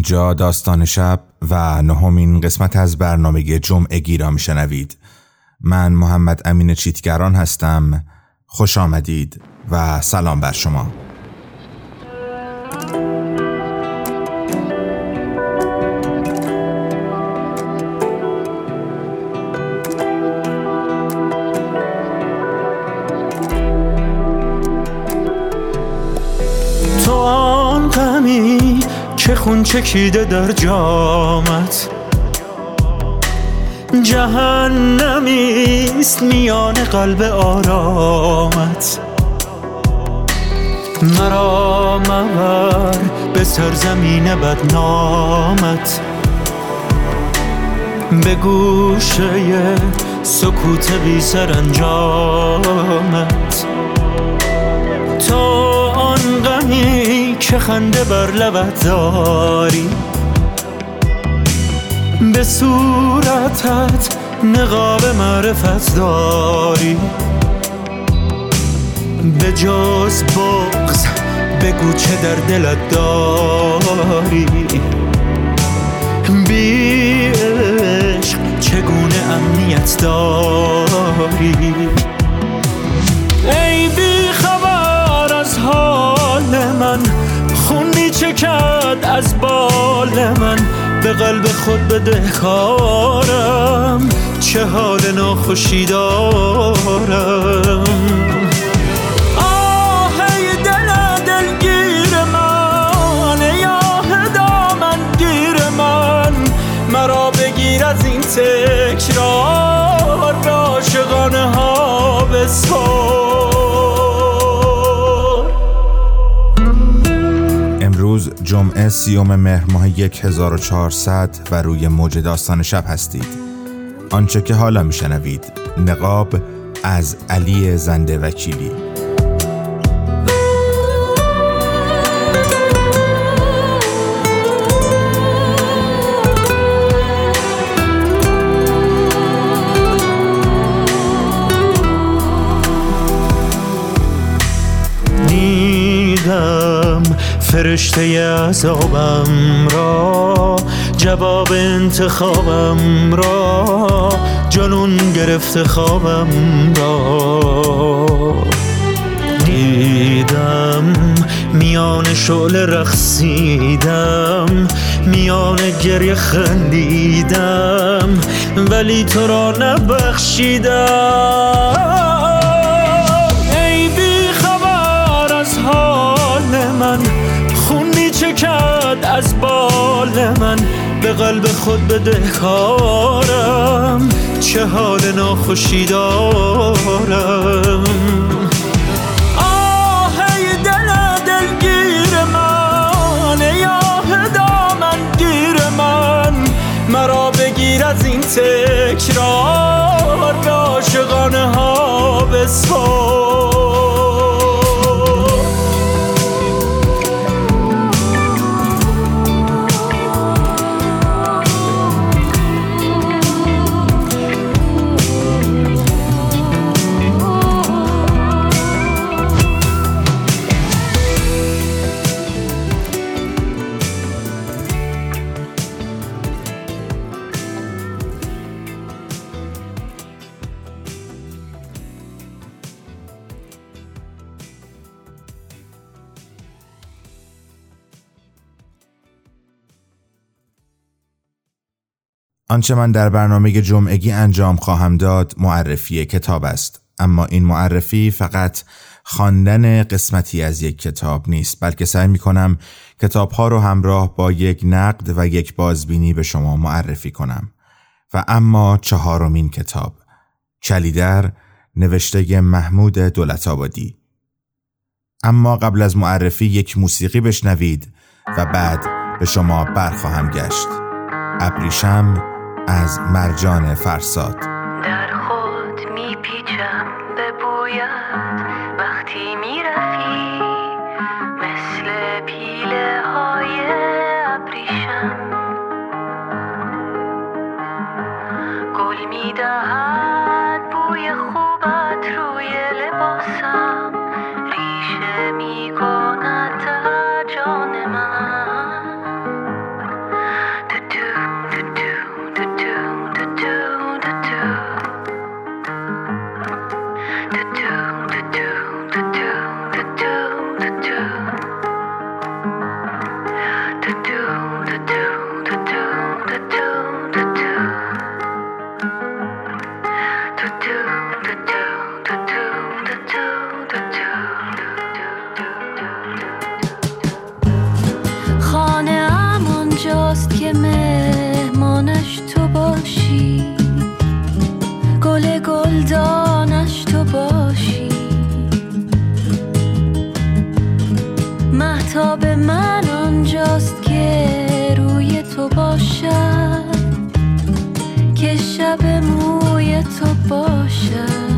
اینجا داستان شب و نهمین قسمت از برنامه جمعگی را میشنوید. من محمد امین چیتگران هستم. خوش آمدید و سلام بر شما. تو آن غمی که خون چکیده در جامت، جهنمیست میان قلب آرامت. مرا مبر به سرزمین بدنامت، به گوشه سکوت بی سرانجامت. تو آن غمی که خنده بر لبت داری، به صورتت نقاب معرفت داری. به جز بغض بگو چه در دلت داری، بی عشق چگونه امنیت داری. ای بی خبر از حال من، خون می چکد از بال من. به قلب خود بدهکارم، چه حال ناخوشی دارم. آه ای دل دلگیر من، ای آه دامن گیر من. مرا بگیر از این تکرار، به عاشقانه ها بسپار. امروز جمعه 30 مهر ماه 1400 و روی موج داستان شب هستید. آنچه که حالا میشنوید نقاب از علی زنده وکیلی. فرشته عذابم را، جواب انتخابم را، جنون گرفته خوابم را. دیدم میان شعله رقصیدم، میان گریه خندیدم، ولی تو را نبخشیدم. ای بی خبر از حال من، خون می چکد از بال من. به قلب خود بدهکارم، چه حال ناخوشی دارم. آه ای دل دلگیر من، ای آه دامن گیر من. مرا بگیر از این تکرار، به عاشقانه ها بسپار. آنچه من در برنامه جمعگی انجام خواهم داد معرفی کتاب است، اما این معرفی فقط خواندن قسمتی از یک کتاب نیست، بلکه سعی می‌کنم کتاب‌ها رو همراه با یک نقد و یک بازبینی به شما معرفی کنم. و اما 4مین کتاب، کلیدر، نوشته محمود دولت‌آبادی. اما قبل از معرفی یک موسیقی بشنوید و بعد به شما برخواهم گشت. ابریشم از مرجان فرساد. در خود میپیچم به بویت وقتی میرفی، مثل پیله های ابریشم. گل میدهد بوی خوبت روی لباسم، ریشه میکند در جان من. من آنجاست که روی تو باشم، که شب موی تو باشم.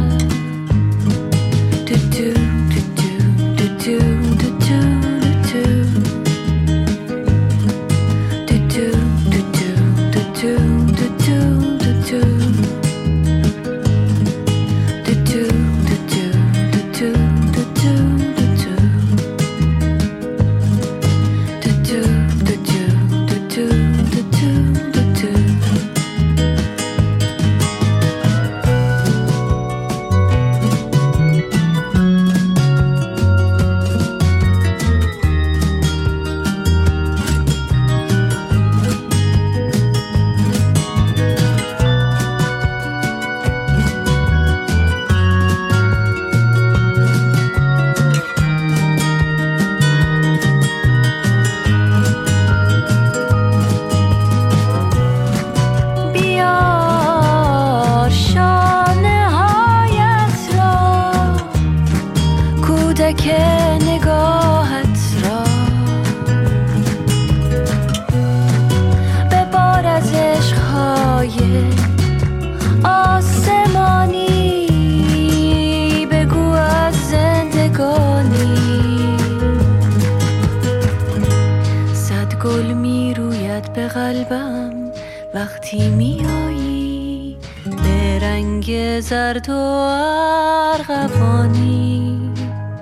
وقتی میایی به رنگ زرد و ارغوانی،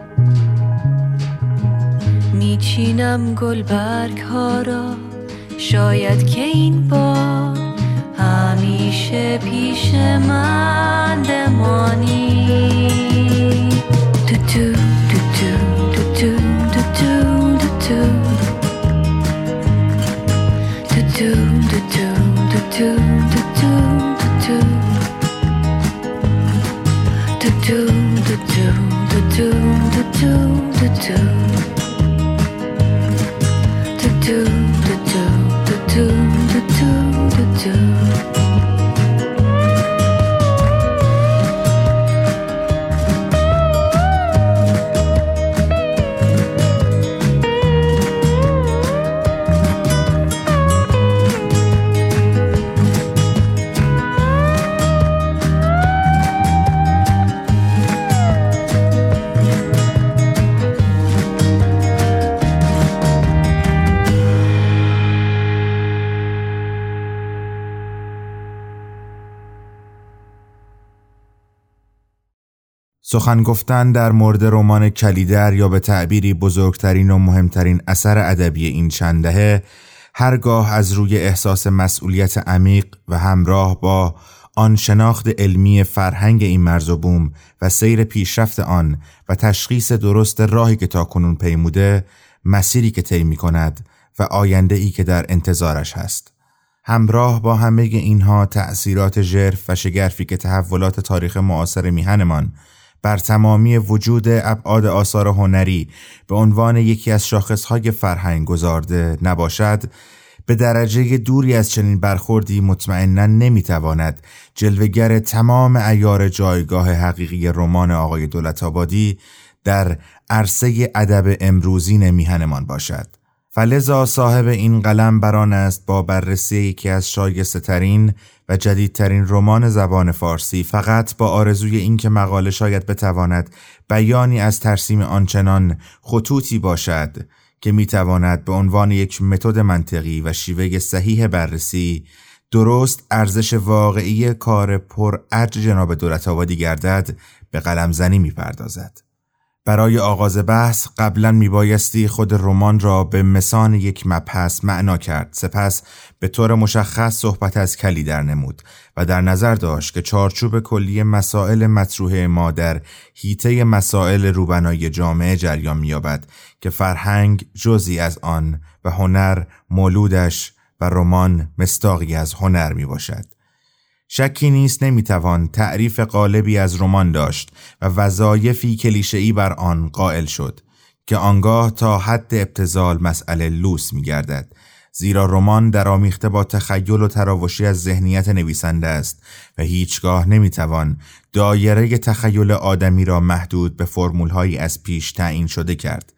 میچینم گلبرگ ها را، شاید که این بار همیشه پیش من بمانی. تو تو تو تو تو تو تو تو تو سخن گفتن در مورد رمان کلیدر یا به تعبیری بزرگترین و مهمترین اثر ادبی این چند دهه، هرگاه از روی احساس مسئولیت عمیق و همراه با آن شناخت علمی فرهنگ این مرز و بوم و سیر پیشرفت آن و تشخیص درست راهی که تاکنون پیموده، مسیری که طی می‌کند و آینده‌ای که در انتظارش هست. همراه با همه اینها تأثیرات ژرف و شگرفی که تحولات تاریخ معاصر میهنمان بر تمامی وجود ابعاد آثار هنری به عنوان یکی از شاخصهای فرهنگ گذارده نباشد، به درجه دوری از چنین برخوردی مطمئناً نمیتواند جلوه‌گر تمام عیار جایگاه حقیقی رمان آقای دولت‌آبادی در عرصه ادب امروزین میهنمان باشد. فلذا صاحب این قلم بران است با بررسی یکی از شایسته‌ترین و جدیدترین رمان زبان فارسی، فقط با آرزوی این که مقاله شاید بتواند بیانی از ترسیم آنچنان خطوطی باشد که میتواند به عنوان یک متد منطقی و شیوه صحیح بررسی درست ارزش واقعی کار پر ارج جناب دولت‌آبادی گردد، به قلم زنی میپردازد. برای آغاز بحث قبلا میبایستی خود رمان را به مثال یک مبحث معنا کرد، سپس به طور مشخص صحبت از کلیدر نمود و در نظر داشت که چارچوب کلی مسائل مطروح ما در حیطه مسائل روبنای جامعه جریان می‌یابد که فرهنگ جزئی از آن و هنر مولودش و رمان مصداقی از هنر میباشد. شکی نیست نمیتوان تعریف غالبی از رمان داشت و وظایفی کلیشه‌ای بر آن قائل شد که آنگاه تا حد ابتذال مسئله لوس میگردد، زیرا رمان درآمیخته با تخیل و تراوشی از ذهنیت نویسنده است و هیچگاه نمیتوان دایره تخیل آدمی را محدود به فرمول‌هایی از پیش تعیین شده کرد.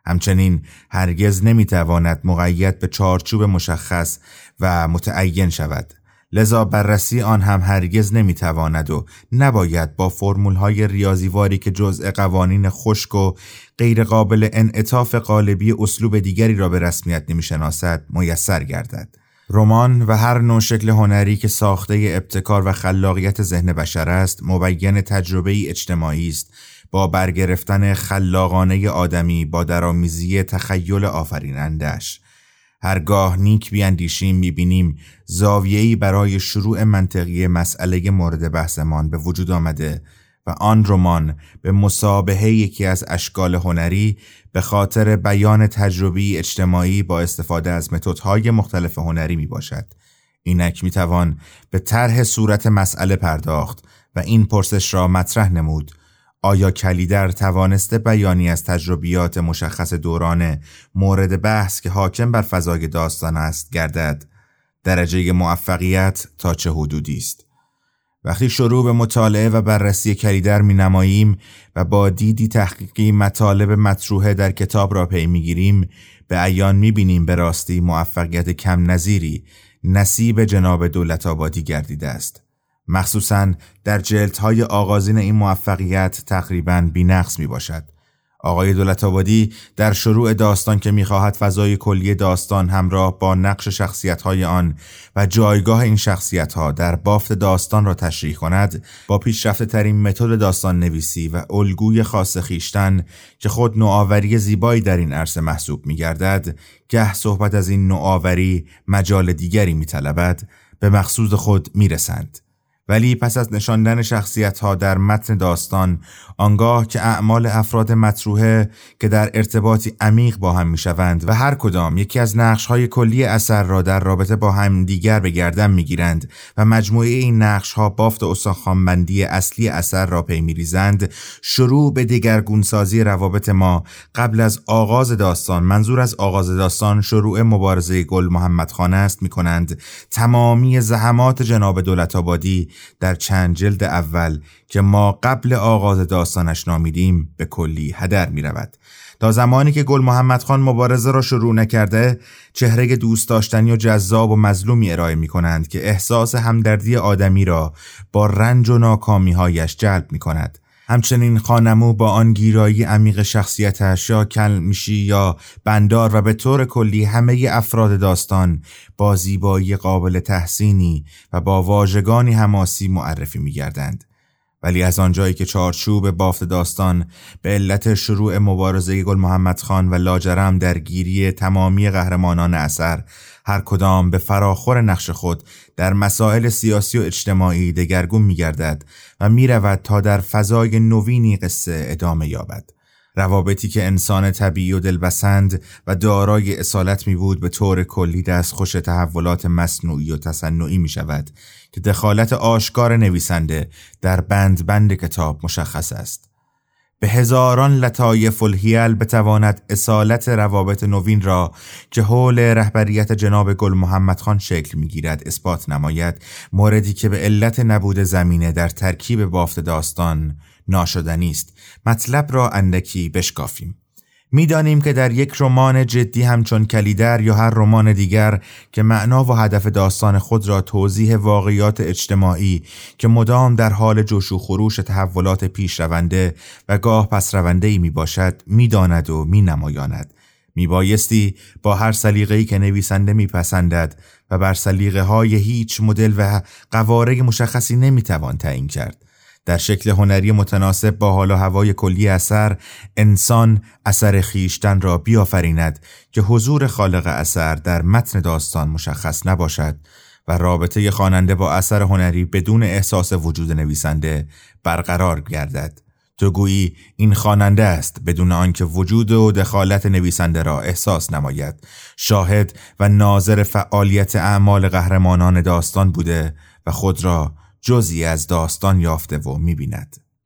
همچنین هرگز نمیتواند مقید به چارچوب مشخص و متعین شود. لذا بررسی آن هم هرگز نمیتواند و نباید با فرمول‌های ریاضیواری که جزء قوانین خشک و غیر قابل انعطاف قالبی اسلوب دیگری را به رسمیت نمیشناسد میسر گردد. رمان و هر نوع شکل هنری که ساخته ابتکار و خلاقیت ذهن بشر است، مبین تجربه اجتماعی است با برگرفتن خلاقانه آدمی با درآمیزی تخیل آفرینندش. هرگاه نیک بیاندیشیم می‌بینیم زاویه‌ای برای شروع منطقی مسئله مورد بحثمان به وجود آمده و آن رمان به مثابحه یکی از اشکال هنری به خاطر بیان تجربی اجتماعی با استفاده از متدهای مختلف هنری می باشد. اینک می توان به طرح صورت مسئله پرداخت و این پرسش را مطرح نمود: آیا کلیدر توانسته بیانی از تجربیات مشخص دوران مورد بحث که حاکم بر فضای داستان است گردد؟ درجه موفقیت تا چه حدودی است؟ وقتی شروع به مطالعه و بررسی کلیدر می نماییم و با دیدی تحقیقی مطالب مطروحه در کتاب را پی می گیریم، به عیان می بینیم به راستی موفقیت کم نظیری نصیب جناب دولت‌آبادی گردیده است. مخصوصاً در جلدهای آغازین این موفقیت تقریباً بی‌نقص می باشد. آقای دولت‌آبادی در شروع داستان که می‌خواهد فضای کلی داستان همراه با نقش شخصیت‌های آن و جایگاه این شخصیت‌ها در بافت داستان را تشریح کند، با پیشرفته‌ترین متد داستان نویسی و الگوی خاص خویشتن که خود نوآوری زیبایی در این عرصه محسوب می‌گردد، گه صحبت از این نوآوری مجال دیگری می‌طلبد، به مقصود خود می‌رسند. ولی پس از نشاندن شخصیت‌ها در متن داستان، آنگاه که اعمال افراد مطروحه که در ارتباطی عمیق با هم می‌شوند و هر کدام یکی از نقش‌های کلی اثر را در رابطه با هم دیگر به گردن می‌گیرند و مجموعه این نقش‌ها بافت استخوان‌بندی اصلی اثر را پی می‌ریزند، شروع به دگرگونسازی روابط ما قبل از آغاز داستان، منظور از آغاز داستان شروع مبارزه گل محمد خان است، می‌کنند تمامی زحمات جناب دولت‌آبادی در چند جلد اول که ما قبل آغاز داستانش نامیدیم به کلی هدر می رود. تا زمانی که گل محمد خان مبارزه را شروع نکرده، چهره دوست داشتنی و جذاب و مظلومی ارائه می کنند که احساس همدردی آدمی را با رنج و ناکامی‌هایش جلب می کند. همچنین خانمو با آن گیرایی عمیق شخصیتش یا کلمیشی یا بندار و به طور کلی همه افراد داستان با زیبایی قابل تحسینی و با واژگانی حماسی معرفی می‌گردند. ولی از آنجایی که چارچوب بافت داستان به علت شروع مبارزه گل محمد خان و لاجرم درگیری تمامی قهرمانان اثر هر کدام به فراخور نقش خود در مسائل سیاسی و اجتماعی دگرگون می‌گردد و می‌رود تا در فضای نوینی قصه ادامه یابد. روابطی که انسان طبیعی و دلبسند و دارای اصالت می بود به طور کلی دستخوش تحولات مصنوعی و تصنعی می شود که دخالت آشکار نویسنده در بند کتاب مشخص است. به هزاران لطایف الحیل بتواند اصالت روابط نوین را که حول رهبریت جناب گل محمد خان شکل می گیرد اثبات نماید، موردی که به علت نبود زمینه در ترکیب بافت داستان ناشدنی است. مطلب را اندکی بشکافیم. می‌دانیم که در یک رمان جدی همچون کلیدر یا هر رمان دیگر که معنا و هدف داستان خود را توضیح واقعیات اجتماعی که مدام در حال جوش و خروش تحولات پیشرونده و گاه پسرونده‌ای میباشد می‌داند و می‌نمایاند. میبایستی با هر سلیقه‌ای که نویسنده میپسندد و بر سلیقه‌های هیچ مدل و قواره مشخصی نمیتوان تعیین کرد. در شکل هنری متناسب با حال و هوای کلی اثر، انسان اثر خیشتن را بیافریند که حضور خالق اثر در متن داستان مشخص نباشد و رابطه خواننده با اثر هنری بدون احساس وجود نویسنده برقرار گردد. تو گویی این خواننده است بدون آنکه وجود و دخالت نویسنده را احساس نماید، شاهد و ناظر فعالیت اعمال قهرمانان داستان بوده و خود را جزئی از داستان یافته و می‌بیند.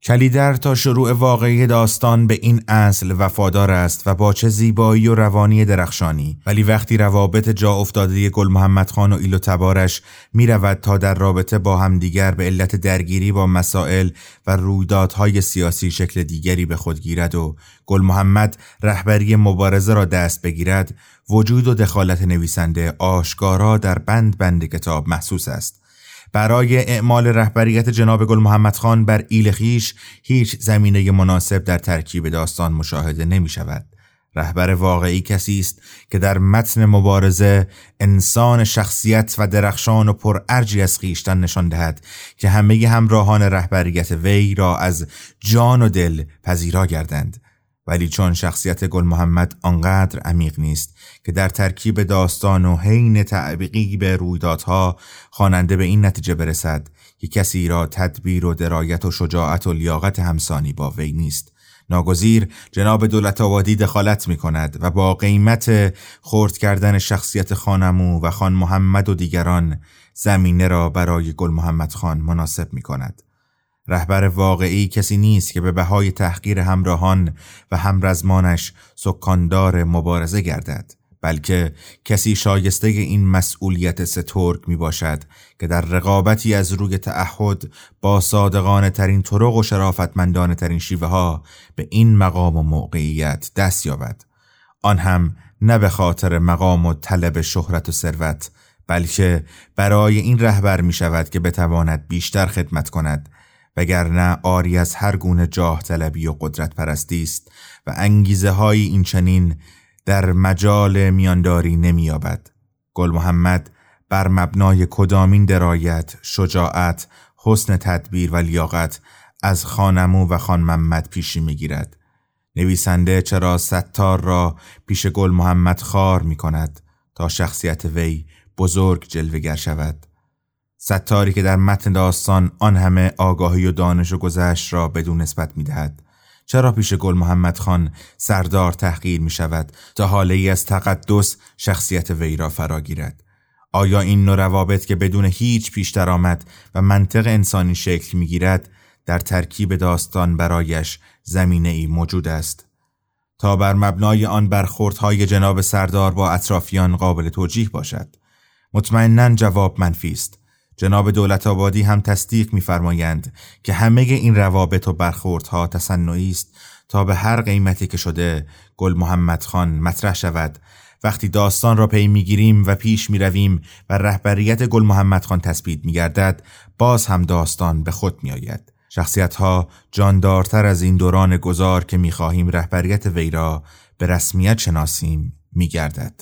کلیدر تا شروع واقعی داستان به این اصل وفادار است و با چه زیبایی و روانی درخشانی، ولی وقتی روابط جا افتاده گل محمد خان و ایل و تبارش می رود تا در رابطه با همدیگر به علت درگیری با مسائل و رویدادهای سیاسی شکل دیگری به خود گیرد و گل محمد رهبری مبارزه را دست بگیرد، وجود و دخالت نویسنده آشکارا در بند بند کتاب محسوس است. برای اعمال رهبریت جناب گل محمد خان بر ایل خویش هیچ زمینه مناسب در ترکیب داستان مشاهده نمی شود. رهبر واقعی کسی است که در متن مبارزه انسان شخصیت و درخشان و پرارجی از خویشتن نشان دهد که همه همراهان رهبریت وی را از جان و دل پذیرا گردند. ولی چون شخصیت گل محمد آنقدر عمیق نیست که در ترکیب داستان و حین تعقیب به رویدادها خواننده به این نتیجه برسد که کسی را تدبیر و درایت و شجاعت و لیاقت همسانی با وی نیست، ناگزیر جناب دولت‌آبادی دخالت می کند و با قیمت خرد کردن شخصیت خانمو و خان محمد و دیگران زمینه را برای گل محمد خان مناسب می کند. رهبر واقعی کسی نیست که به بهای تحقیر همراهان و همرزمانش سکاندار مبارزه گردد، بلکه کسی شایسته این مسئولیت سترگ می باشد که در رقابتی از روی تعهد با صادقانه ترین طرق و شرافتمندانه ترین شیوه ها به این مقام و موقعیت دست یابد. آن هم نه به خاطر مقام و طلب شهرت و ثروت، بلکه برای این رهبر می شود که بتواند بیشتر خدمت کند، وگرنه آری از هر گونه جاه طلبی و قدرت پرستی است و انگیزه های این چنین در مجال میانداری نمی‌یابد. گل محمد بر مبنای کدامین درایت، شجاعت، حسن تدبیر و لیاقت از خانمو و خان محمد پیشی می‌گیرد؟ نویسنده چرا ستار را پیش گل محمد خار می‌کند تا شخصیت وی بزرگ جلوه‌گر شود؟ ستاری که در متن داستان آن همه آگاهی و دانش و گذشت را بدون نسبت می‌دهد، چرا پیش گل محمد خان سردار تحقیر می شود تا حاله‌ای از تقدس شخصیت وی را فرا گیرد؟ آیا این نوع روابط که بدون هیچ پیش درآمد و منطق انسانی شکل می گیرد در ترکیب داستان برایش زمینه‌ای موجود است تا بر مبنای آن برخوردهای جناب سردار با اطرافیان قابل توجیه باشد؟ مطمئناً جواب منفی است. جناب دولت‌آبادی هم تصدیق می‌فرمایند که همه این روابط و برخوردها تصنعی است تا به هر قیمتی که شده گل محمد خان مطرح شود. وقتی داستان را پی می‌گیریم و پیش می‌رویم و رهبریت گل محمد خان تثبیت می‌گردد، باز هم داستان به خود می‌آید. شخصیت‌ها جاندارتر از این دوران گذار که می‌خواهیم رهبریت وی را به رسمیت شناسیم می‌گردد.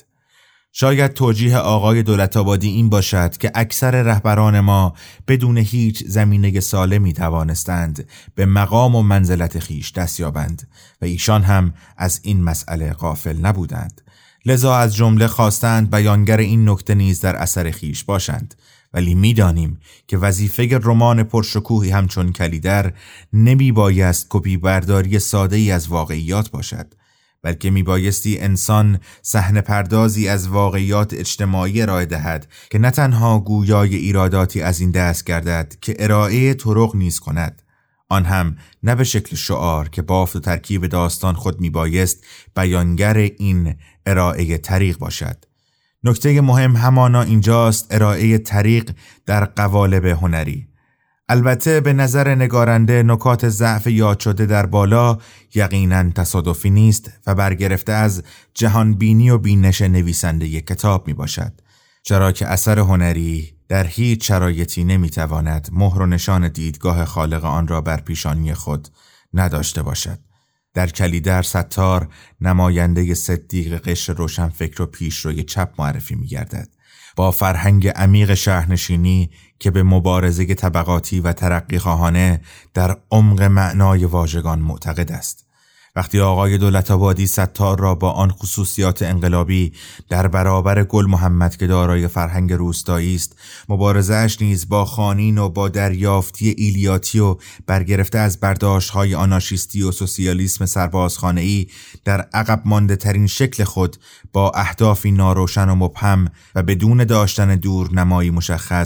شاید توجیه آقای دولت‌آبادی این باشد که اکثر رهبران ما بدون هیچ زمینه سالمی توانستند به مقام و منزلت خیش دست یابند و ایشان هم از این مسئله غافل نبودند، لذا از جمله خواستند بیانگر این نکته نیز در اثر خیش باشند. ولی می‌دانیم که وظیفه رمان پرشکوهی همچون کلیدر نمی بایست کپی برداری ساده‌ای از واقعیات باشد، بلکه میبایستی انسان صحنه پردازی از واقعیات اجتماعی ارائه دهد که نه تنها گویای ایراداتی از این دست گردد که ارائه طرق نیز کند، آن هم نه به شکل شعار که بافت و ترکیب داستان خود میبایست بیانگر این ارائه طریق باشد. نکته مهم همانا اینجاست ارائه طریق در قوالب هنری. البته به نظر نگارنده نکات ضعف یاد شده در بالا یقیناً تصادفی نیست و برگرفته از جهانبینی و بینش نویسنده یک کتاب می باشد، چرا که اثر هنری در هیچ شرایطی نمی تواند مهر و نشان دیدگاه خالق آن را بر پیشانی خود نداشته باشد. در کلیدر ستار نماینده صدیق قشر روشنفکر و پیشروی چپ معرفی می گردد، با فرهنگ عمیق شهرنشینی که به مبارزه طبقاتی و ترقی خواهانه در عمق معنای واژگان معتقد است. وقتی آقای دولت‌آبادی ستار را با آن خصوصیات انقلابی در برابر گل محمد که دارای فرهنگ روستایی است، مبارزه‌اش نیز با خانین و با دریافتی ایلیاتی و برگرفته از برداشت‌های آنارشیستی و سوسیالیسم سربازخانه‌ای در عقب مانده ترین شکل خود با اهدافی ناروشن و مبهم و بدون داشتن دورنمایی مشخص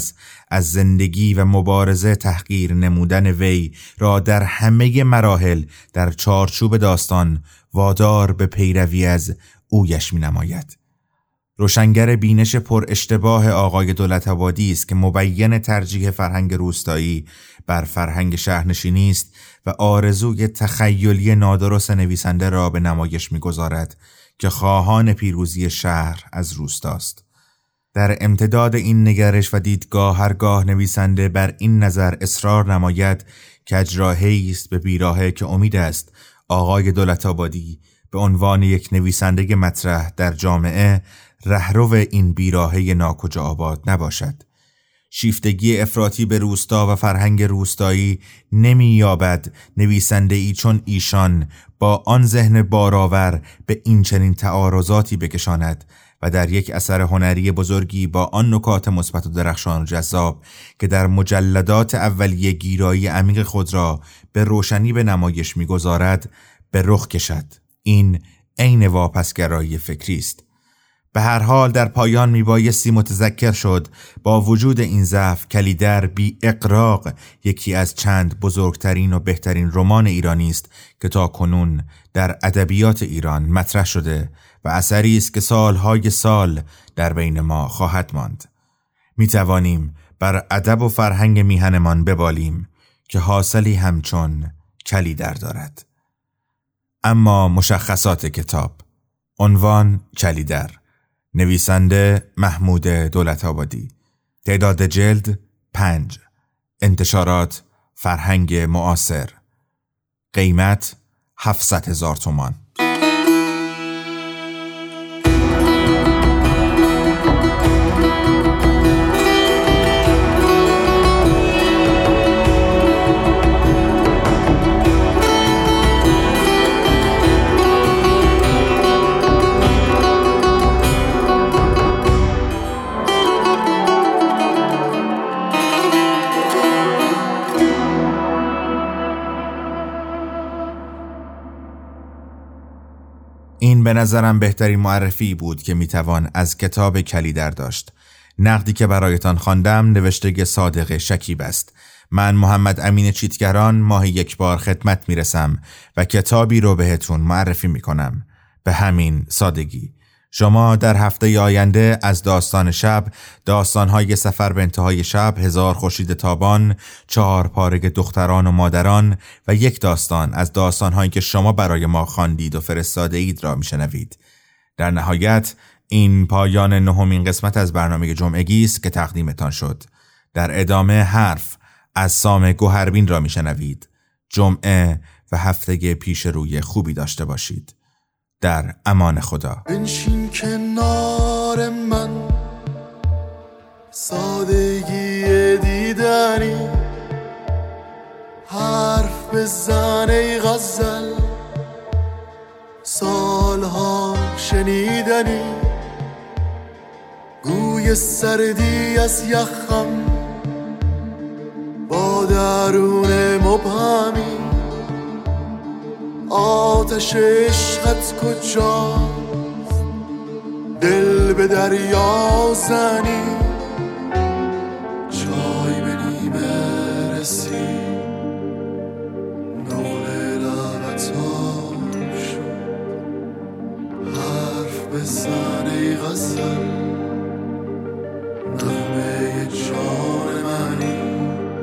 از زندگی و مبارزه تحقیر نمودن وی را در همه مراحل در چارچوب داستان وادار به پیروی از اویش می نماید. روشنگر بینش پر اشتباه آقای دولت‌آبادی است که مبین ترجیح فرهنگ روستایی بر فرهنگ شهرنشینی است و آرزوی تخیلی نادرست نویسنده را به نمایش می‌گذارد که خواهان پیروزی شهر از روستاست. در امتداد این نگرش و دیدگاه هرگاه نویسنده بر این نظر اصرار نماید که کجراهی است به بیراهه که امید است آقای دولت‌آبادی به عنوان یک نویسنده مطرح در جامعه رهرو این بیراهه ناکجا آباد نباشد. شیفتگی افراطی به روستا و فرهنگ روستایی نمی‌یابد نویسنده‌ای چون ایشان با آن ذهن بارآور به این چنین تعارضاتی بکشاند و در یک اثر هنری بزرگی با آن نکات مثبت و درخشان و جذاب که در مجلدات اولیه گیرایی عمیق خود را به روشنی به نمایش می‌گذارد به رخ کشد. این عین واپسگرایی فکری است. به هر حال در پایان میبایستی متذکر شد با وجود این ضعف کلیدر بی اغراق یکی از چند بزرگترین و بهترین رمان ایرانی است که تا کنون در ادبیات ایران مطرح شده و اثری است که سالهای سال در بین ما خواهد ماند. میتوانیم بر ادب و فرهنگ میهنمان ببالیم که حاصلی همچون کلیدر دارد. اما مشخصات کتاب: عنوان کلیدر، نویسنده محمود دولت‌آبادی، تعداد جلد 5، انتشارات فرهنگ معاصر، قیمت 700,000 تومان. این به نظرم بهترین معرفی بود که میتوان از کتاب کلیدر داشت. نقدی که برایتان خواندم نوشته صادق شکیب است. من محمد امین چیتگران ماهی یک بار خدمت میرسم و کتابی رو بهتون معرفی میکنم. به همین سادگی. شما در هفته آینده از داستان شب، داستان‌های سفر به انتهای شب، 1000 خورشید تابان، 4 پاره دختران و مادران و یک داستان از داستان‌هایی که شما برای ما خواندید و فرستاده اید را میشنوید. در نهایت این پایان 9مین قسمت از برنامه جمعگی است که تقدیمتان شد. در ادامه حرف از سام گوهربین را میشنوید. جمعه و هفته پیش روی خوبی داشته باشید. در امان خدا. بنشین کنار من، سادگی دیدنی، حرف بزن ای غزل، سالها شنیدنی، گوی سردی از یخم با درون مبهمی، آتش عشقت کجاست دل به دریا زنی، چای به نیمه رسید نور لبت آب شد، حرف بزن ای غزل، نغمه جان منی،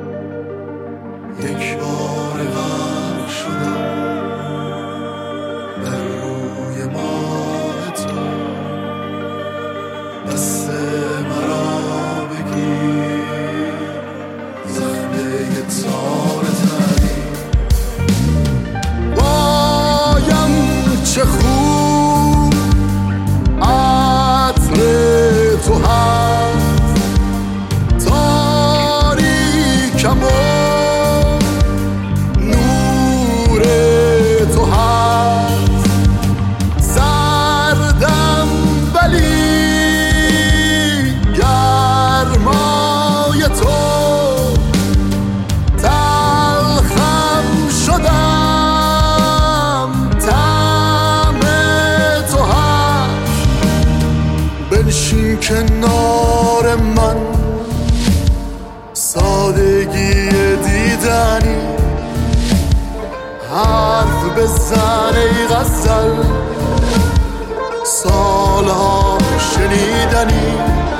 یک بار غرق شدم در روی ماه تو، دست مرا بگیر، زخمه تار تنی، وایم چه خوب عطر تو هست، تاریکم و نور تو هست، سردم ولی گرمای تو، تلخم شدم طعم تو هست، بنشین کنار من، سادگی دیدنی حرف بزن ای غزل سالها شنیدنی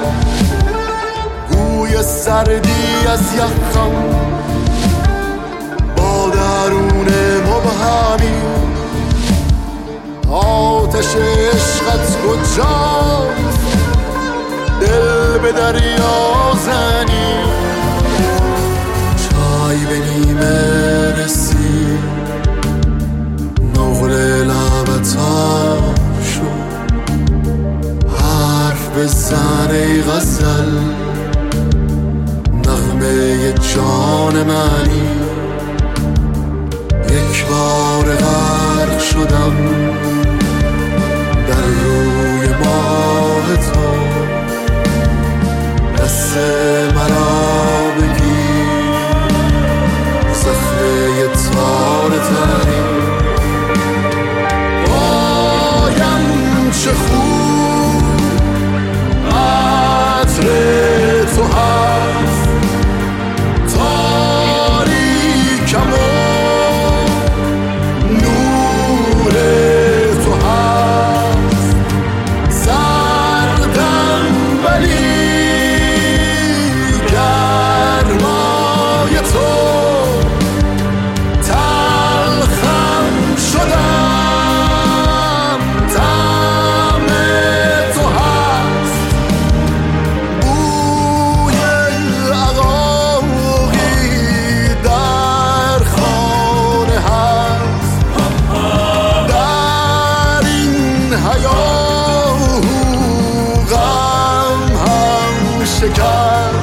بوی سردی از یخم با درون مبهمی آتش عشقت کجاست دل به دریا زنی چای به نیمه رسی نقل لبت شد حرف بزن ای غزل نغمه جان منی یک بار غرق شدم در روی ماه تو دست مرا بگیر زخمه تار تنی بایم چه خوب عطر تو هست تاریکم و نور تو هست سردم ولی گرمای تو تلخم شدم طعم تو هست بوی عقاقی در خانه هست در این حیات غم هم شکر